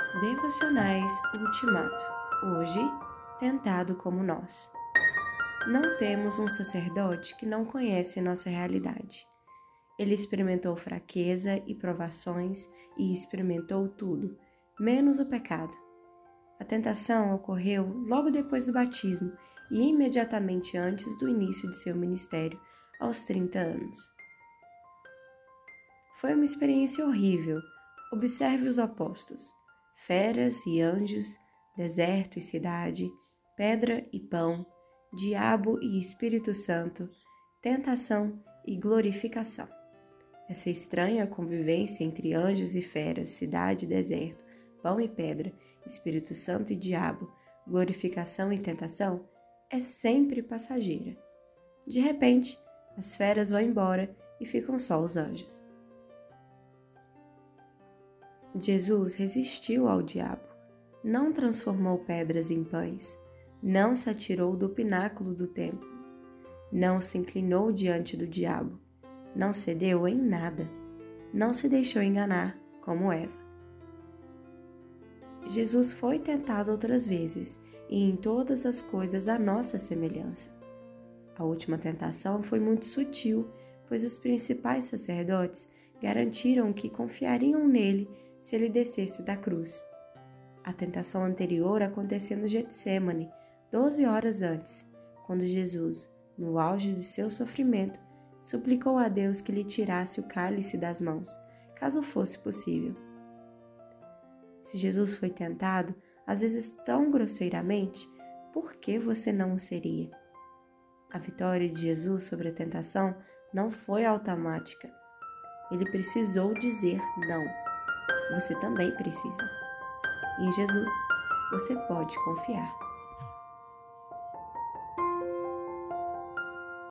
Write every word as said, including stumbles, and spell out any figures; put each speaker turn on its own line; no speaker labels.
Devocionais Ultimato. Hoje, tentado como nós. Não temos um sacerdote que não conhece nossa realidade. Ele experimentou fraqueza e provações e experimentou tudo, menos o pecado. A tentação ocorreu logo depois do batismo e imediatamente antes do início de seu ministério, aos trinta anos. Foi uma experiência horrível. Observe os opostos: feras e anjos, deserto e cidade, pedra e pão, diabo e Espírito Santo, tentação e glorificação. Essa estranha convivência entre anjos e feras, cidade e deserto, pão e pedra, Espírito Santo e diabo, glorificação e tentação é sempre passageira. De repente, as feras vão embora e ficam só os anjos. Jesus resistiu ao diabo, não transformou pedras em pães, não se atirou do pináculo do templo, não se inclinou diante do diabo, não cedeu em nada, não se deixou enganar como Eva. Jesus foi tentado outras vezes e em todas as coisas à nossa semelhança. A última tentação foi muito sutil, pois os principais sacerdotes garantiram que confiariam nele se ele descesse da cruz. A tentação anterior aconteceu no Getsemane, doze horas antes, quando Jesus, no auge de seu sofrimento, suplicou a Deus que lhe tirasse o cálice das mãos, caso fosse possível. Se Jesus foi tentado, às vezes tão grosseiramente, por que você não o seria? A vitória de Jesus sobre a tentação não foi automática. Ele precisou dizer não. Você também precisa. Em Jesus, você pode confiar.